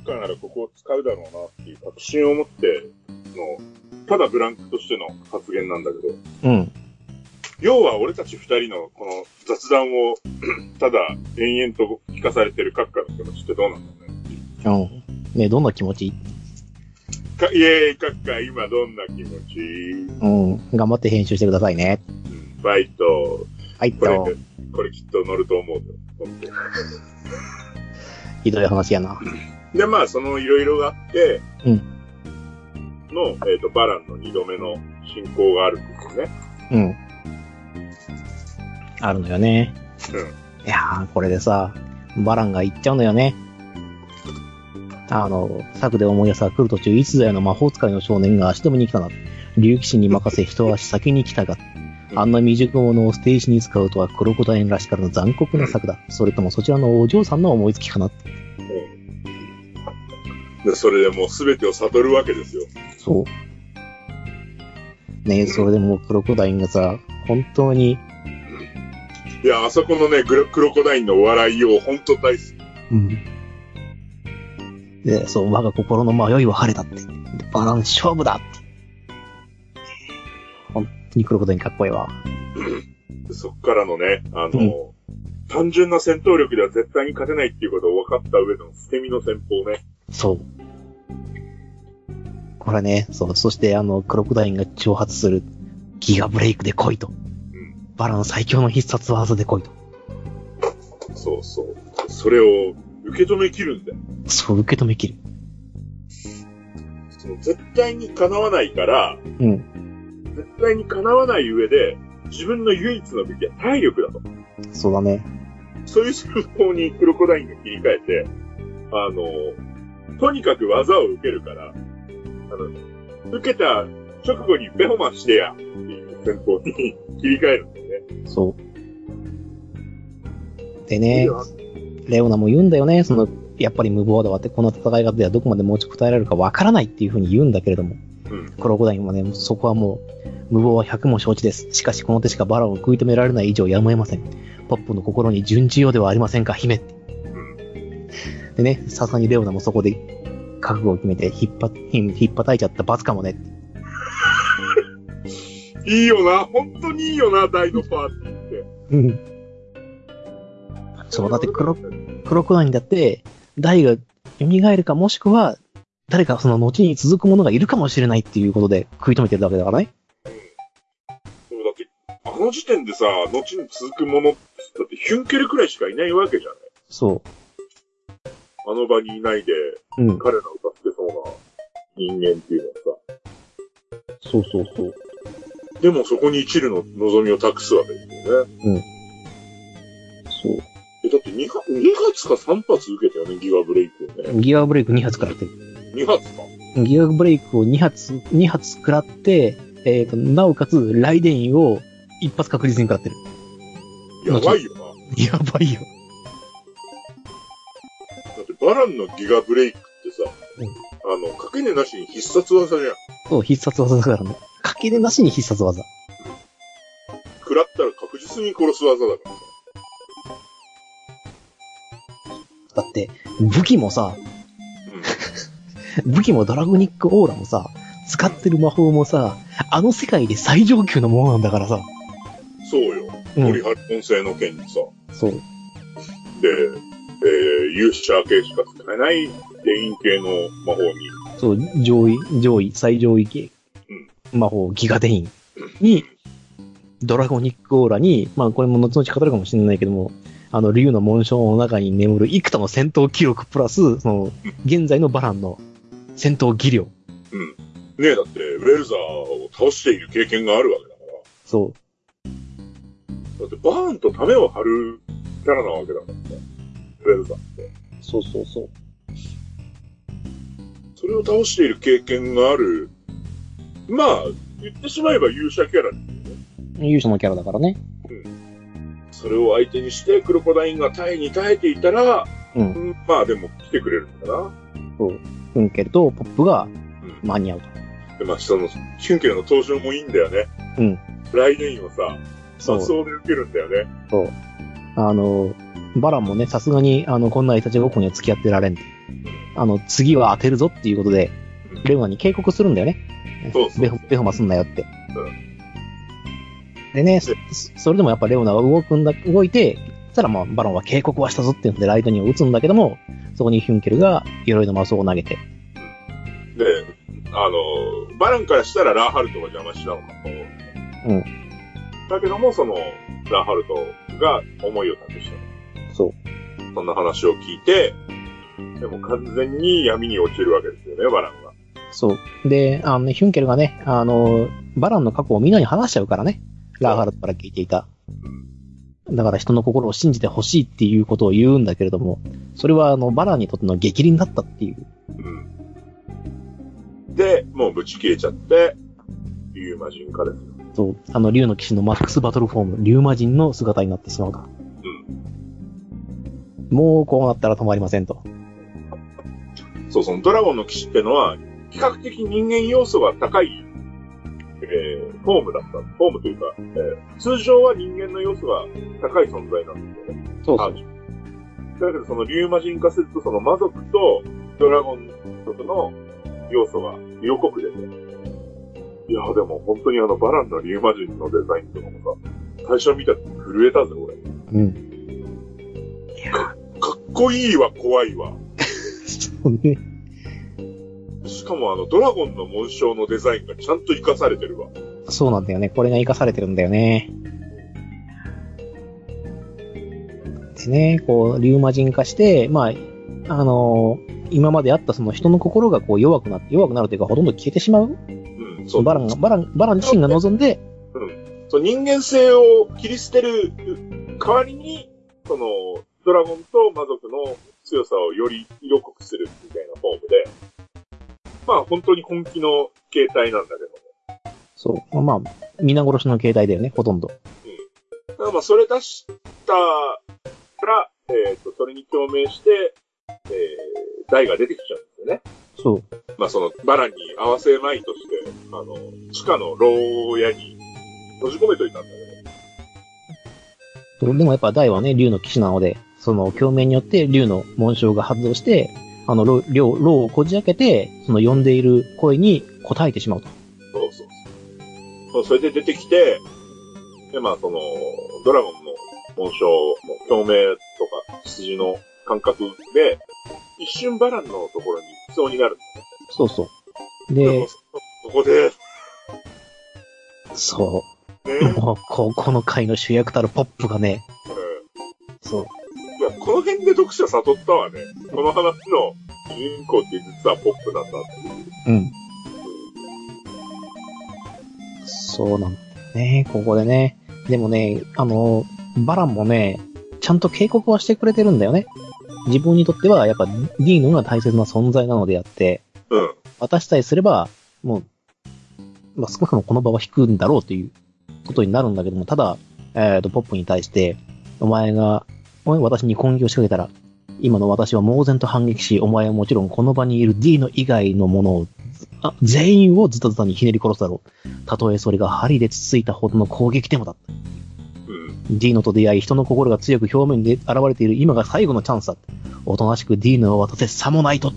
ッカーならここを使うだろうなっていう確信を持っての、ただブランクとしての発言なんだけど。 うん。 要は俺たち二人のこの雑談をただ延々と聞かされてる閣下の気持ちってどうなんだろうね。 うん。ね、どんな気持ち？ イエーイ閣下今どんな気持ち？ うん。頑張って編集してくださいね。 バイト。 はい、 これきっと乗ると思うよ。 ひどい話やな。 で、まあ、そのいろいろがあって、 うん。 の、バランの2度目の進行があるんですよね。 うん。あるのよね。 うん。 いやー、これでさ、バランが行っちゃうのよね。策で思い出さ来る途中、いつぞやの魔法使いの少年が足止めに来たな。竜騎士に任せ一足先に来たが、あんな未熟者を捨て石に使うとはクロコダインらしからの残酷な策だ。それともそちらのお嬢さんの思いつきかな。 で、それでもう全てを悟るわけですよ。 そう。ねえ、それでもうクロコダインがさ、本当に。 いや、あそこのね、クロコダインの笑いを本当大好き。 うん。で、そう、我が心の迷いは晴れたって。バラン勝負だって。本当にクロコダインかっこいいわ。 でそっからのね、単純な戦闘力では絶対に勝てないっていうことを分かった上での捨て身の戦法ね。 そう。これね、そう、そしてクロコダインが挑発するギガブレイクで来いと。バラン最強の必殺技で来いと。 そうそう。それを受け止めきるんだよ。 そう、受け止めきる。 その絶対に叶わないから、 うん。 絶対に叶わない上で、自分の唯一の武器は体力だと。 そうだね。 そういう戦法にクロコダインが切り替えて、とにかく技を受けるから、受けた直後にベホマンしてやっていう戦法に切り替えるんだよね。 そう。でね、レオナも言うんだよね、やっぱり無謀だわって、この戦い方ではどこまで持ちこたえられるかわからないっていう風に言うんだけれども、クロコダインはね、そこはもう、無謀は100も承知です。しかしこの手しかバランを食い止められない以上やむを得ません。ポップの心に準じようではありませんか、姫って。でね、さすがにレオナもそこで覚悟を決めて引っ叩いちゃった罰かもね。 いいよな、本当にいいよな、大のパーティーって。 うん。そう、だってクロコダインだって、大が蘇るかもしくは、誰かその後に続くものがいるかもしれないっていうことで食い止めてるわけだからね。 でもだって、あの時点でさ、後に続くものって、だってヒュンケルくらいしかいないわけじゃない。 そう。 あの場にいないで、彼らを助けそうな人間っていうのはさ。 そうそうそう。 でもそこに一縷の望みを託すわけですよね。 うん。そう。 だって2発か3発受けたよね、ギガブレイクをね。 ギガブレイク2発食らってる。 2発か。 ギガブレイクを2発食らって、なおかつ、ライデインを1発確実に食らってる。 やばいよな。 やばいよ。 だってバランのギガブレイクってさ、掛け値なしに必殺技じゃん。 そう、必殺技だからね。掛け値なしに必殺技。 食らったら確実に殺す技だからさ。 だって、武器もさ、武器もドラゴニックオーラもさ、使ってる魔法もさ、あの世界で最上級のものなんだからさ。 そうよ。森原本性の剣にさ。 そう。 で、勇者系しか使えない電院系の魔法に。 そう、最上位系。魔法、ギガデインに、ドラゴニックオーラに、まあこれも後々語るかもしれないけども、竜の紋章の中に眠る幾多の戦闘記録プラス、現在のバランの戦闘技量。 ねえ、だって、ウェルザーを倒している経験があるわけだから。 そう。 だって、バーンとためを張るキャラなわけだからさ、ウェルザーって。 そうそうそう。 それを倒している経験がある、まあ、言ってしまえば勇者キャラですよね。 勇者のキャラだからね。 それを相手にして、クロコダインが耐えに耐えていたら、まあでも来てくれるんだな。 そう。フンケルとポップが間に合うと。 で、まあ、ヒュンケルの登場もいいんだよね。ライデインをさ、発想で受けるんだよね。 そう。バランもね、さすがに、こんなイタチごっこには付き合ってられん。 次は当てるぞっていうことで、レオナに警告するんだよね。 そうそう。 ベホマすんなよって。でね、それでもやっぱレオナは動いて、そしたらまあバロンは警告はしたぞっていうのでライトニンを撃つんだけども、そこにヒュンケルが鎧の魔装を投げて。 で、バロンからしたらラーハルトが邪魔したのかと。うん。だけども、その、ラーハルトが思いを託した。そう。そんな話を聞いて、でも完全に闇に落ちるわけですよね、バランが。そう。で、ヒュンケルがね、バランの過去をみんなに話しちゃうからね。ラーハルトから聞いていた。だから人の心を信じてほしいっていうことを言うんだけれども、それはバランにとっての逆鱗だったっていう。うん。で、もうブチ切れちゃって、リューマ人化ですよ。そう。竜の騎士のマックスバトルフォーム、リューマ人の姿になってしまうと。うん。もうこうなったら止まりませんと。そう、そのドラゴンの騎士ってのは、比較的人間要素が高い、フォームだった。フォームというか、通常は人間の要素が高い存在なんですよね。そうそう。だけどそのリューマ人化すると、その魔族とドラゴン族の要素が色濃く出て。いや、でも本当にバランのリューマ人のデザインとかもさ、最初見た時震えたぜ、俺。うん。いや、かっこいいわ、怖いわ。そうね。しかもドラゴンの紋章のデザインがちゃんと活かされてるわ。そうなんだよね。これが活かされてるんだよね。でね、こう、リューマ人化して、まあ、今まであったその人の心がこう弱くなるというかほとんど消えてしまう。うん、そう。バラン自身が望んで、うん。そう、人間性を切り捨てる代わりに、その、ドラゴンと魔族の強さをより色濃くするみたいなフォームで、まあ本当に本気の形態なんだけども。そう。まあ、皆殺しの形態だよね、ほとんど。うん。だからまあそれ出したから、それに共鳴して、ダイが出てきちゃうんですよね。そう。まあそのバランに合わせまいとして、地下の牢屋に閉じ込めといたんだけど。でもやっぱダイはね、竜の騎士なので、その共鳴によって竜の紋章が発動して、牢をこじ開けて、その呼んでいる声に応えてしまうと。そうそうそう。それで出てきて、で、まあその、ドラゴンの紋章の共鳴とか、羊の感覚で、一瞬バランのところに行きそうになる。そうそう。で、そこで、そう。ね、もう、この回の主役たるポップがね、そう。いや、この辺で読者悟ったわね。この話の主人公って実はポップなんだっていう。うん。そうなんだね。ここでね。でもね、バランもね、ちゃんと警告はしてくれてるんだよね。自分にとってはやっぱディーノが大切な存在なのであって、うん。渡したりすれば、もう、まあ、少なくともこの場は引くんだろうということになるんだけども、ただ、ポップに対して、お前が、私に攻撃を仕掛けたら、今の私は猛然と反撃し、お前はもちろんこの場にいる D の以外のものを、全員をズタズタにひねり殺すだろう。たとえそれが針でつついたほどの攻撃でもだった。うん、D のと出会い、人の心が強く表面で現れている今が最後のチャンスだ。おとなしく D のを渡せさもないと。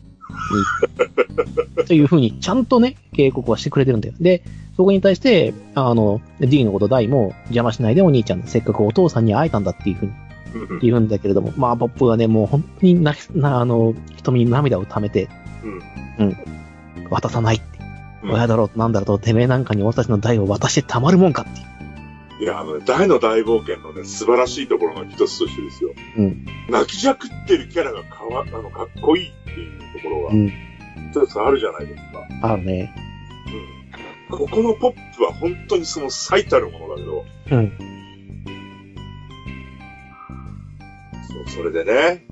という風にちゃんとね、警告はしてくれてるんだよ。で、そこに対して、D のことダイも邪魔しないでお兄ちゃん、せっかくお父さんに会えたんだっていう風に言うんだけれども、まあ、ポップがね、もう本当に瞳に涙を溜めて、うん。渡さないって。親だろう、なんだろうと、てめえなんかに俺たちのダイを渡してたまるもんかって。いや、ダイの大冒険のね、素晴らしいところの一つとしてですよ。うん。泣きじゃくってるキャラがかっこいいっていうところが、一つあるじゃないですか。あるね。うん。ここのポップは本当にその最たるものだけど、うん。それでね、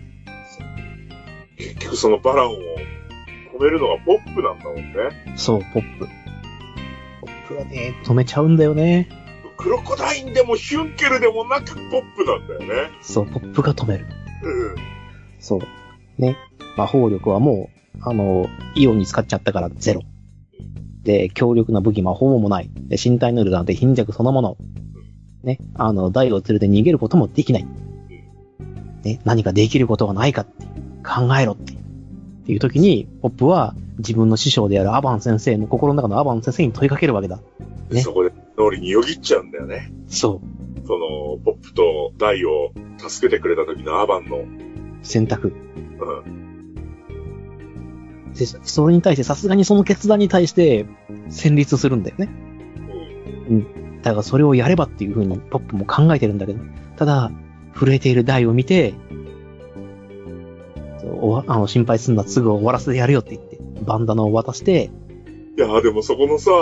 結局そのバランを止めるのがポップなんだもんね。そう、ポップ。ポップはね、止めちゃうんだよね。クロコダインでもヒュンケルでもなくポップなんだよね。そう、ポップが止める。うん。そう。ね。魔法力はもう、イオンに使っちゃったからゼロ。で、強力な武器魔法もない。で、身体能力なんて貧弱そのもの。ね。ダイを連れて逃げることもできない。ね。何かできることはないかって考えろって。 っていう時に、ポップは自分の師匠であるアバン先生の、心の中のアバン先生に問いかけるわけだ。 ね。そこで脳裏によぎっちゃうんだよね。 そう。 その、ポップとダイを助けてくれた時のアバンの選択。で、それに対して、さすがにその決断に対して、戦慄するんだよね。だからそれをやればっていう風にポップも考えてるんだけど、ただ、震えているダイを見て、心配すんな、すぐ終わらせてやるよって言って、バンダナを渡して。 いや、でもそこのさ、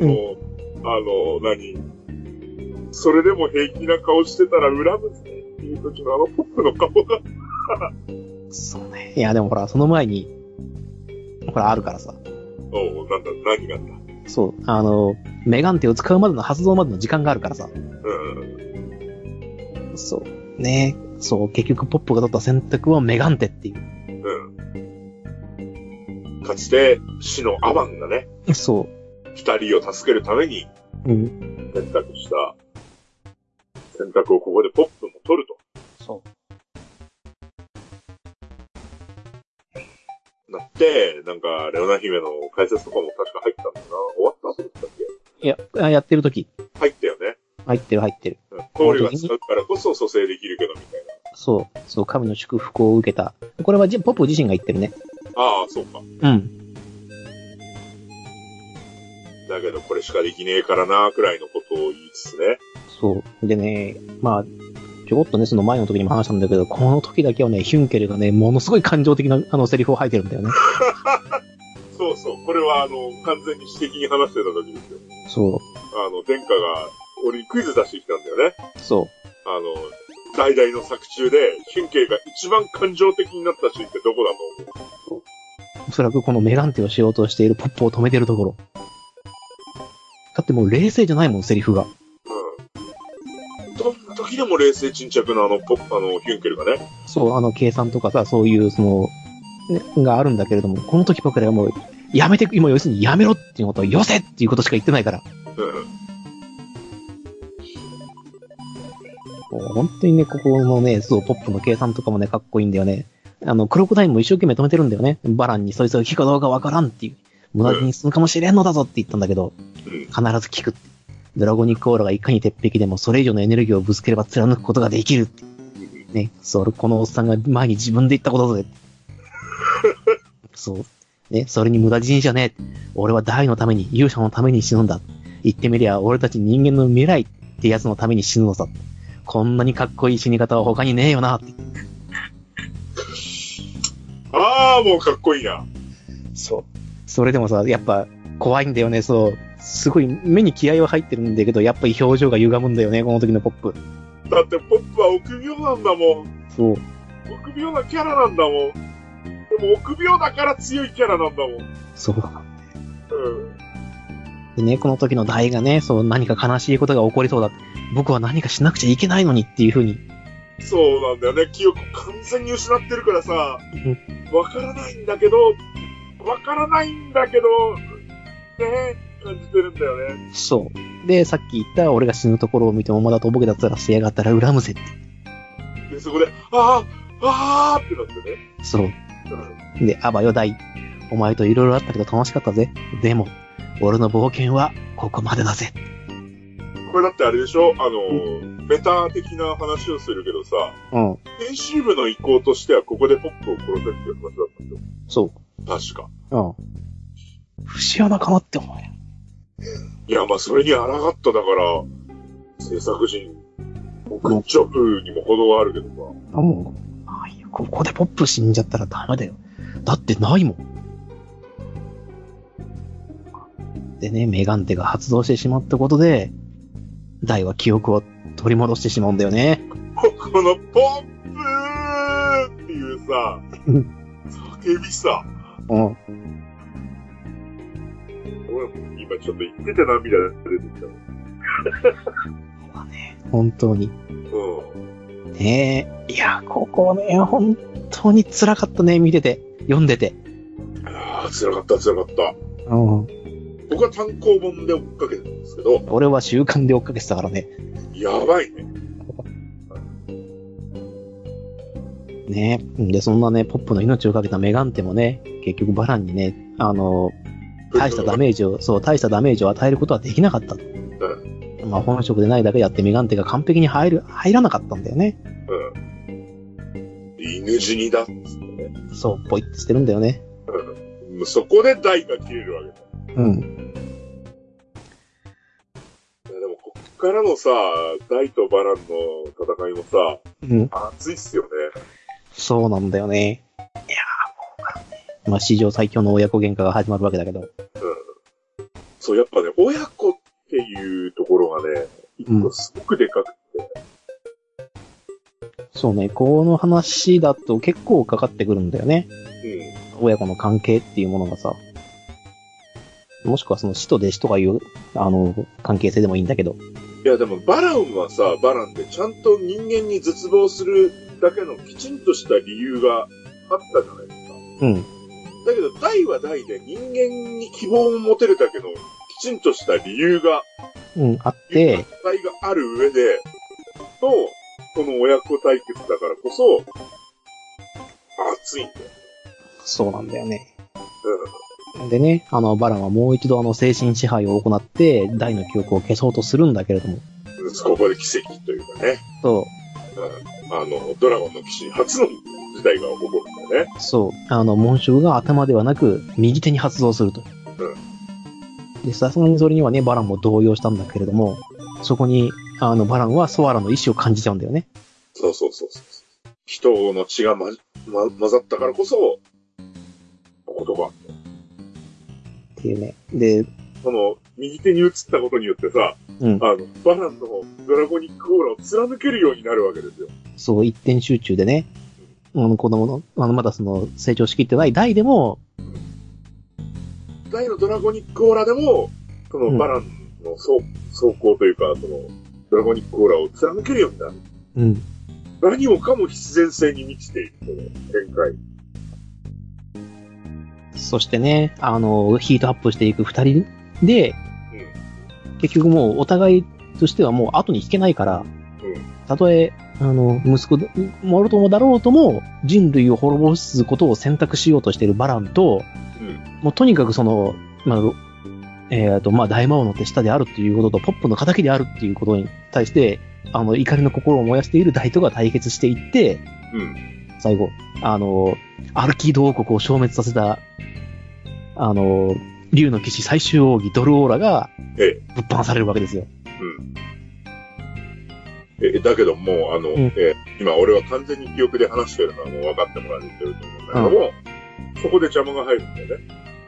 それでも平気な顔してたら恨むぜっていう時のポップの顔が。 そうね。いや、でもほら、その前に、ほら、あるからさ。 何があった？ そう、メガンテを使うまでの発動までの時間があるからさ。そう。ね。そう、結局ポップが取った選択はメガンテっていう。 かつて死のアバンがね。 そう。 二人を助けるために、選択した選択をここでポップも取ると。 そう。 なって、なんか、レオナ姫の解説とかも確か入ったんだな。終わった後だったっけ？ いや、やってる時。 入ったよね。 入ってる。 棟梁が使うからこそ蘇生できるけど、みたいな。 そう、神の祝福を受けた。これはポップ自身が言ってるね。 ああ、そうか。だけど、これしかできねえからな、くらいのことを言いつつね。 そう。でね、まあ、ちょこっとね、その前の時にも話したんだけど、この時だけはね、ヒュンケルがね、ものすごい感情的な、セリフを吐いてるんだよね。 そうそう。これは、完全に私的に話してた時ですよ。 そう。 殿下が、俺にクイズ出してきたんだよね。 そう。 代々の作中で、ヒュンケルが一番感情的になったシーンってどこだと思う？そう。 おそらくこのメガンテをしようとしているポップを止めてるところ。だってもう冷静じゃないもん、セリフが。 どんな時でも冷静沈着なヒュンケルがね。 そう、計算とかさ、そういう、ね、があるんだけれども、この時僕らはもう、やめて、今要するにやめろっていうことをよせっていうことしか言ってないから。もう本当にね、ここのね、そう、ポップの計算とかもね、かっこいいんだよね。クロコダインも一生懸命止めてるんだよね。バランにそいつが聞くかどうかわからんっていう。無駄に進むかもしれんのだぞって言ったんだけど、必ず聞くって。ドラゴニックオーラがいかに鉄壁でもそれ以上のエネルギーをぶつければ貫くことができるって。ね、このおっさんが前に自分で言ったことだぜ。そう。ね、それに無駄死にじゃねえ。俺は大のために、勇者のために死ぬんだ。言ってみりゃ、俺たち人間の未来ってやつのために死ぬのさ。こんなにかっこいい死に方は他にねえよなって。 ああ、もうかっこいいな。 そう。それでもさ、やっぱ怖いんだよね、そう。すごい目に気合は入ってるんだけど、やっぱり表情が歪むんだよね、この時のポップ。 だってポップは臆病なんだもん。 そう。 臆病なキャラなんだもん。でも臆病だから強いキャラなんだもん。 そう。でね、この時のダイがね、そう、何か悲しいことが起こりそうだ。僕は何かしなくちゃいけないのにっていう風に。 そうなんだよね。記憶完全に失ってるからさ、わからないんだけど、ね、感じてるんだよね。 そう。で、さっき言った俺が死ぬところを見てもまだとぼけたつらしてやがったら恨むぜって。 で、そこで、あーってなってね。 そう。で、あばよダイ。お前といろいろあったけど楽しかったぜ。でも、俺の冒険はここまでだぜ。 これだってあれでしょ？メタ的な話をするけどさ、編集部の意向としてはここでポップを殺せっていう話だったんだよ。 そう。 確か。 節穴かなって思うよ。 いや、まあ、それに抗っただから、制作陣、グッジョブにも程があるけどさ。 もう、ここでポップ死んじゃったらダメだよ。だってないもん。でね、メガンテが発動してしまったことで、ダイは記憶を取り戻してしまうんだよね。 このポップーっていうさ、叫びさ。俺今ちょっと言ってて涙が出てきた。 そうだね、本当に。ねえ、いや、ここね、本当に辛かったね、見てて、読んでて。 ああ、辛かった。僕は単行本で追っかけてたんですけど。 俺は週刊で追っかけてたからね。 やばいね。 ね。で、そんなね、ポップの命をかけたメガンテもね、結局バランにね、大したダメージを与えることはできなかった。まあ、本職でないだけであってメガンテが完璧に入らなかったんだよね。 犬死にだっつってね。 そう、ポイってしてるんだよね。 そこで台が切れるわけだ。 いや、 でも、こっからのさ、ダイとバランの戦いもさ、熱いっすよね。 そうなんだよね。いやー、まあ、史上最強の親子喧嘩が始まるわけだけど。 そう、やっぱね、親子っていうところがね、一個すごくでかくて。 そうね、この話だと結構かかってくるんだよね。親子の関係っていうものがさ。もしくはその師と弟子とかいう、関係性でもいいんだけど。 いや、でもバランはさ、バランでちゃんと人間に絶望するだけのきちんとした理由があったじゃないですか。だけど、ダイはダイで人間に希望を持てるだけのきちんとした理由が、 あって、 ダイがある上で、この親子対決だからこそ、熱いんだよ。 そうなんだよね。でね、バランはもう一度精神支配を行って、ダイの記憶を消そうとするんだけれども。 ここで奇跡というかね。 そう。 ドラゴンの騎士初の事態が起こるんだね。 そう。紋章が頭ではなく、右手に発動すると。で、さすがにそれにはね、バランも動揺したんだけれども、そこに、バランはソアラの意志を感じちゃうんだよね。 そう。人の血が混ざったからこそ、ことが。 っていうね。で、 右手に移ったことによってさ、バランのドラゴニックオーラを貫けるようになるわけですよ。 そう、一点集中でね。子供の、まだ成長しきってないダイでも、 ダイのドラゴニックオーラでも、バランの走行というか、ドラゴニックオーラを貫けるようになる。何もかも必然性に満ちている、この展開。 そしてね、ヒートアップしていく二人で、結局もうお互いとしてはもう後に引けないから、たとえ、息子、もろともだろうとも、人類を滅ぼすことを選択しようとしているバランと、もうとにかく大魔王の手下であるっていうことと、ポップの仇であるっていうことに対して、怒りの心を燃やしているダイとが対決していって、最後、アルキード王国を消滅させた、竜の騎士最終奥義ドルオーラが、ぶっ放されるわけですよ。 だけどもう、今俺は完全に記憶で話してるのはもう分かってもらえてると思うんだけども、そこで邪魔が入るんだよ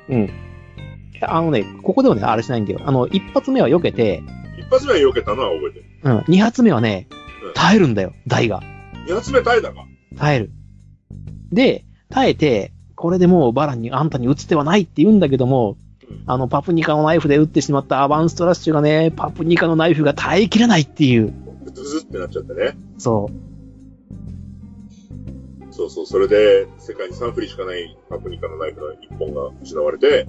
ね。 ここではね、あれしないんだよ。一発目は避けて、 一発目は避けたのは覚えてる。 二発目はね、耐えるんだよ、ダイが。 二発目耐えたか。 耐える。で、耐えて、これでもうバランにあんたに撃つ手はないって言うんだけども、パプニカのナイフで撃ってしまったアバンストラッシュがね、パプニカのナイフが耐えきれないっていう。 ズズってなっちゃってね。 そう、 それで、世界に3振りしかないパプニカのナイフの1本が失われて、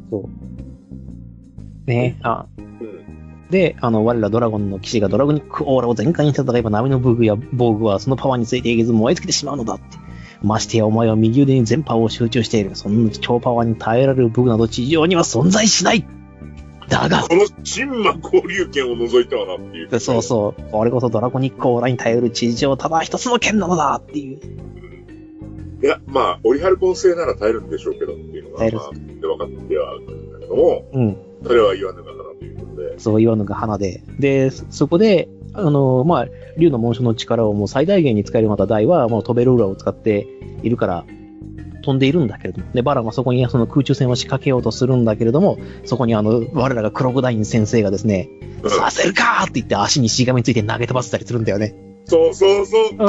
ね、で、我らドラゴンの騎士がドラゴニックオーラを全開に戦えば波の防具はそのパワーについていけず燃え尽きてしまうのだって。ましてやお前は右腕に全パワーを集中している。そんな超パワーに耐えられる武具など地上には存在しない。だが、 この神魔交流剣を除いてはなっていう。 そう。これこそドラゴニックオーラに耐える地上ただ一つの剣なのだっていう。 いや、オリハルコン製なら耐えるんでしょうけどっていうのが、分かってはあるんだけども、それは言わぬが花ということで。 そう、言わぬが花で。で、そこで、竜の紋章の力をもう最大限に使えるまたダイは、もう飛べるウラを使っているから、飛んでいるんだけれども。で、バランはそこにその空中戦を仕掛けようとするんだけれども、そこに我らがクロコダイン先生がですね、させるかーって言って足にしがみついて投げ飛ばせたりするんだよね。 そう。そう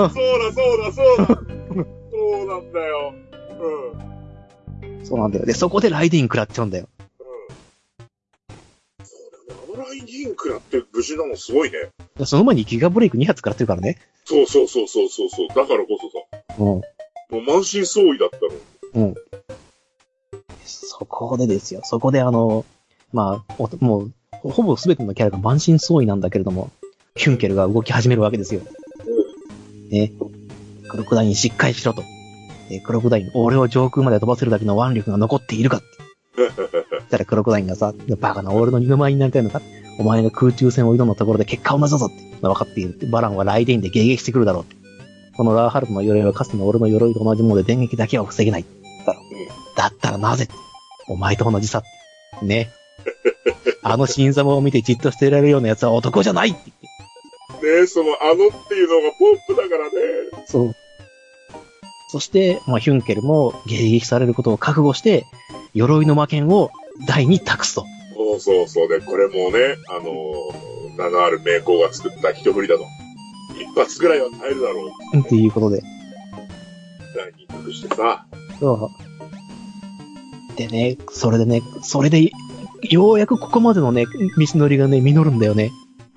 なんだよ。 そうなんだよ。で、そこでライディン食らっちゃうんだよ。 そうだね。ライディン食らって無事なのすごいね。 その前にギガブレイク2発食らってるからね。 そう。だからこそさ。もう満身創痍だったの。 そこでですよ。そこでもう、ほぼ全てのキャラが満身創痍なんだけれども、ヒュンケルが動き始めるわけですよ。ね。 クロコダインしっかりしろと。クロコダイン、俺を上空まで飛ばせるだけの腕力が残っているかって。そしたらクロコダインがさ、バカな俺の二の舞になりたいのか。お前が空中戦を挑んだところで結果を出すぞって。分かっているって。バランはライデインで迎撃してくるだろうって。このラーハルトの鎧はかつての俺の鎧と同じもので電撃だけは防げない。だったらなぜお前と同じさ。ね。あの新様を見てじっとしていられるような奴は男じゃないって言って。 ねえ、そのっていうのがポップだからね。 そう。そして、ヒュンケルも迎撃されることを覚悟して、鎧の魔剣をダイに託すと。 そう。で、これもね、名のある名工が作った一振りだと。一発ぐらいは耐えるだろう。 っていうことで。 ダイに託してさ。 そう。でね、それで、ようやくここまでのね、道のりがね、実るんだよね。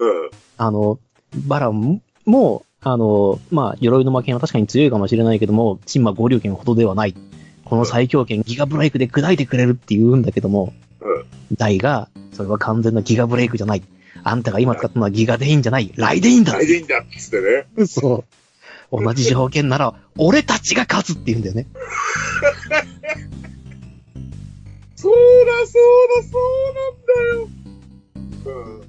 バランも、鎧の魔剣は確かに強いかもしれないけども、神魔合流剣ほどではない。この最強剣ギガブレイクで砕いてくれるって言うんだけども、ダイが、それは完全なギガブレイクじゃない。あんたが今使ったのはギガデインじゃない。ライデインだ。 ライデインだっつってね。 そう。同じ条件なら、俺たちが勝つって言うんだよね。 そうなんだよ。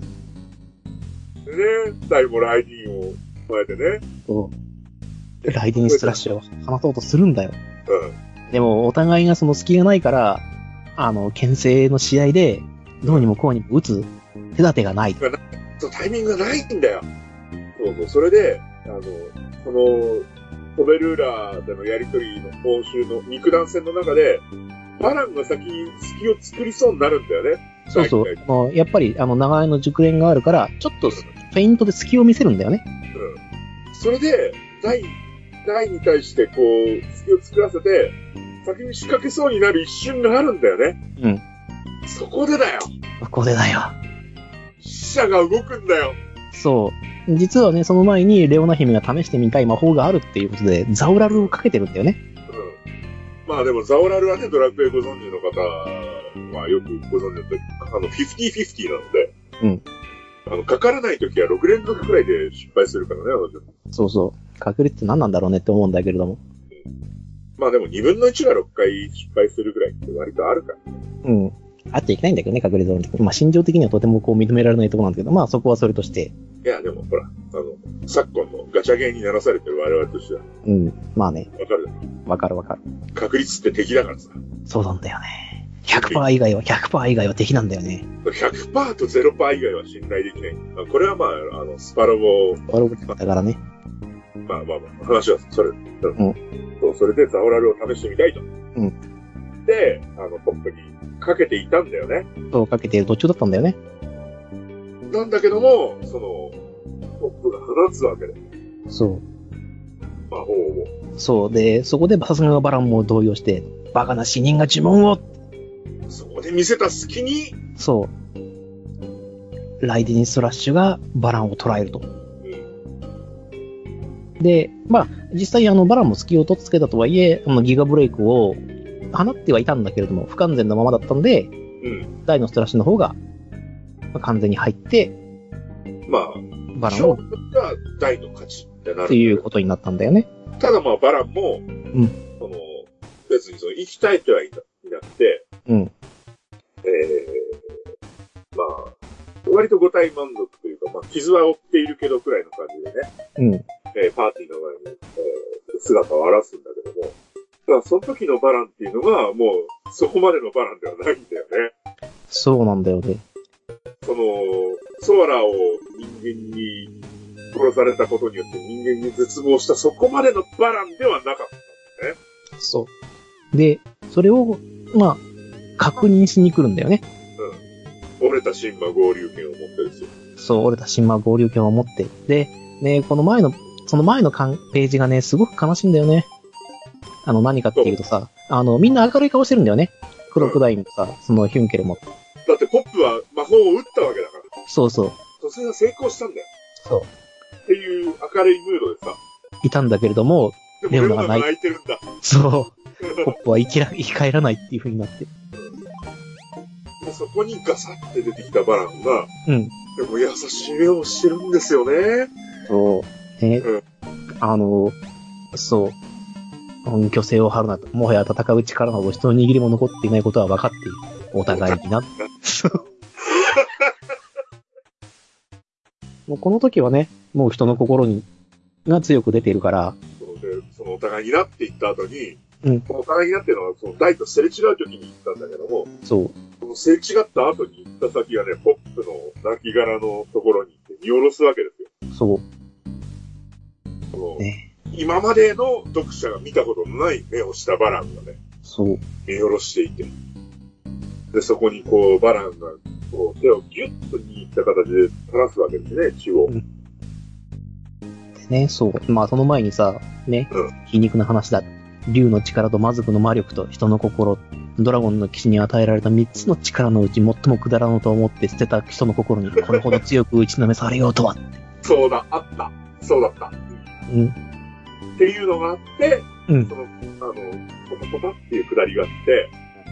でね、ダイもライディンを加えてね。 そう。ライディンスラッシュを放とうとするんだよ。でも、お互いがその隙がないから、牽制の試合で、どうにもこうにも打つ手立てがない。 タイミングがないんだよ。そう。それで、この、トベルーラーでのやりとりの報酬の肉弾戦の中で、バランが先に隙を作りそうになるんだよね。 そう。やっぱり、長いの熟練があるから、ちょっと、フェイントで隙を見せるんだよね。 それで、ダイに対して、隙を作らせて、先に仕掛けそうになる一瞬があるんだよね。そこでだよ。死者が動くんだよ。 そう。実はね、その前にレオナ姫が試してみたい魔法があるっていうことで、ザオラルをかけてるんだよね。 でもザオラルはね、ドラクエご存知の方はよくご存知のとき、50-50なので、かからないときは6連続くらいで失敗するからね、 そう。確率って何なんだろうねって思うんだけれども。 でも2分の1が6回失敗するくらいって割とあるからね。 あっちゃいけないんだけどね、確率論的に。心情的にはとても認められないところなんだけど、そこはそれとして。 いや、でもほら、昨今のガチャゲーにならされてる我々としては。 まあね。わかる。 確率って敵だからさ。 そうなんだよね。100% 以外は敵なんだよね。 100% と 0% 以外は信頼できない。これはスパロボだからね。 話はそれ。それでザオラルを試してみたいと。で、ポップにかけていたんだよね。 そう、かけている途中だったんだよね。 なんだけども、ポップが放つわけで。 そう。 魔法を。 そう。で、そこでさすがバランも動揺して、バカな死人が呪文を。 そこで見せた隙に。 そう。ライディンスラッシュがバランを捕らえると。で、実際バランも隙をとっつけたとはいえ、ギガブレイクを放ってはいたんだけれども、不完全なままだったんで、ダイのストラッシュの方が、完全に入って、バランを、 がダイの勝ちってなる。 っていうことになったんだよね。 ただバランも、別に生きたいってはいなくて、割と五体満足というか、傷は負っているけどくらいの感じでね、パーティーの前に、姿を現すんだけども、だからその時のバランっていうのが、もう、そこまでのバランではないんだよね。 そうなんだよね。 ソアラを人間に殺されたことによって人間に絶望したそこまでのバランではなかったんだね。 そう。で、それを、確認しに来るんだよね。 折れた神魔合流剣を持ってですよ。 そう、折れた神魔合流剣を持って。で、ね、その前のページがね、すごく悲しいんだよね。何かっていうとさ、みんな明るい顔してるんだよね。クロコダインもさ、そのヒュンケルも。 だってポップは魔法を打ったわけだから。 そう。 それが成功したんだよ。 そう。 っていう明るいムードでさ。 いたんだけれども、 レオナが泣いてるんだ。 そう。ポップは生き返らないっていう風になって。 そこにガサって出てきたバランが、 でも優しい目をしてるんですよね。 そう。ね。 そう。虚勢を張るなと。もはや戦う力など人の握りも残っていないことは分かっている。お互いにな。もうこの時はね、もう人の心が強く出ているから。 そのお互いになっていった後に、 うん。 お互いになってるのは、その大とすれ違う時に行ったんだけども、 そう。 そのすれ違った後に行った先がね、ポップの亡き殻のところに行って見下ろすわけですよ。 そう。 ね、今までの読者が見たことのない目をしたバランがね、 そう。 見下ろしていて。で、そこにこう、バランが、こう、手をギュッと握った形で垂らすわけですね、血を。 うん、でね、そう。まあ、その前にさ、ね、皮肉な話だ。竜の力と魔族の魔力と人の心、ドラゴンの騎士に与えられた3つの力のうち最もくだらぬと思って捨てた人の心にこれほど強く打ちのめされようとは。 そうだ、あった。そうだった。 うん。 っていうのがあって、 うん。 ポタポタっていうくだりがあって、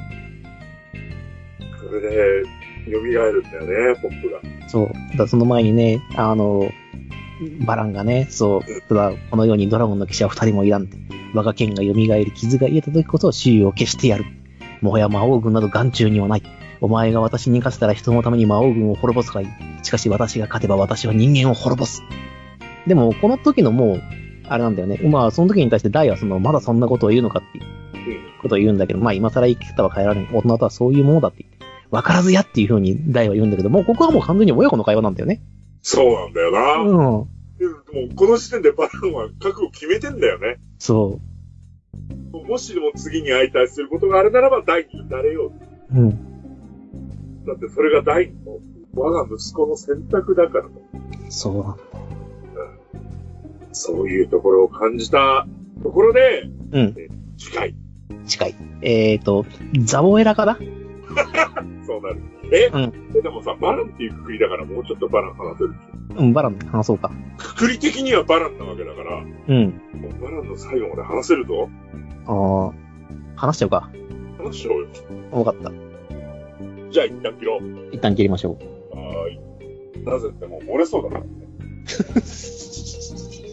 それで、蘇るんだよね、ポップが。 そう。だその前にね、バランがね、そう、ただ、この世にドラゴンの騎士は2人もいらん。我が剣が蘇り、傷が癒えた時こそ周囲を消してやる。もはや魔王軍など眼中にはない。お前が私に勝てたら人のために魔王軍を滅ぼすがいい。しかし私が勝てば私は人間を滅ぼす。でも、この時のもう、あれなんだよね。まあ、その時に対してダイはまだそんなことを言うのかっていうことを言うんだけど、まあ、今更生き方は変えられん。大人とはそういうものだって言って。わからずやっていう風にダイは言うんだけど、もうここはもう完全に親子の会話なんだよね。 そうなんだよな。 うん。でもこの時点でバランは覚悟決めてんだよね。 そう。 もしも次に相対することがあるならばダイになれよう。 うん。 だってそれがダイの我が息子の選択だからと。 そうなんだ。 そういうところを感じたところで、 うん。 近い。 ザボエラかなそうなる。 うん。 でもさ、バランっていうくくりだからもうちょっとバラン話せる。 うん、バラン話そうか。 くくり的にはバランなわけだから。 うん。 バランの最後まで話せるぞ。 ああ。話しちゃうか。 話しちゃおうよ。 わかった。 じゃあ一旦切ろう。 一旦切りましょう。 はーい。なぜってもう漏れそうだからね。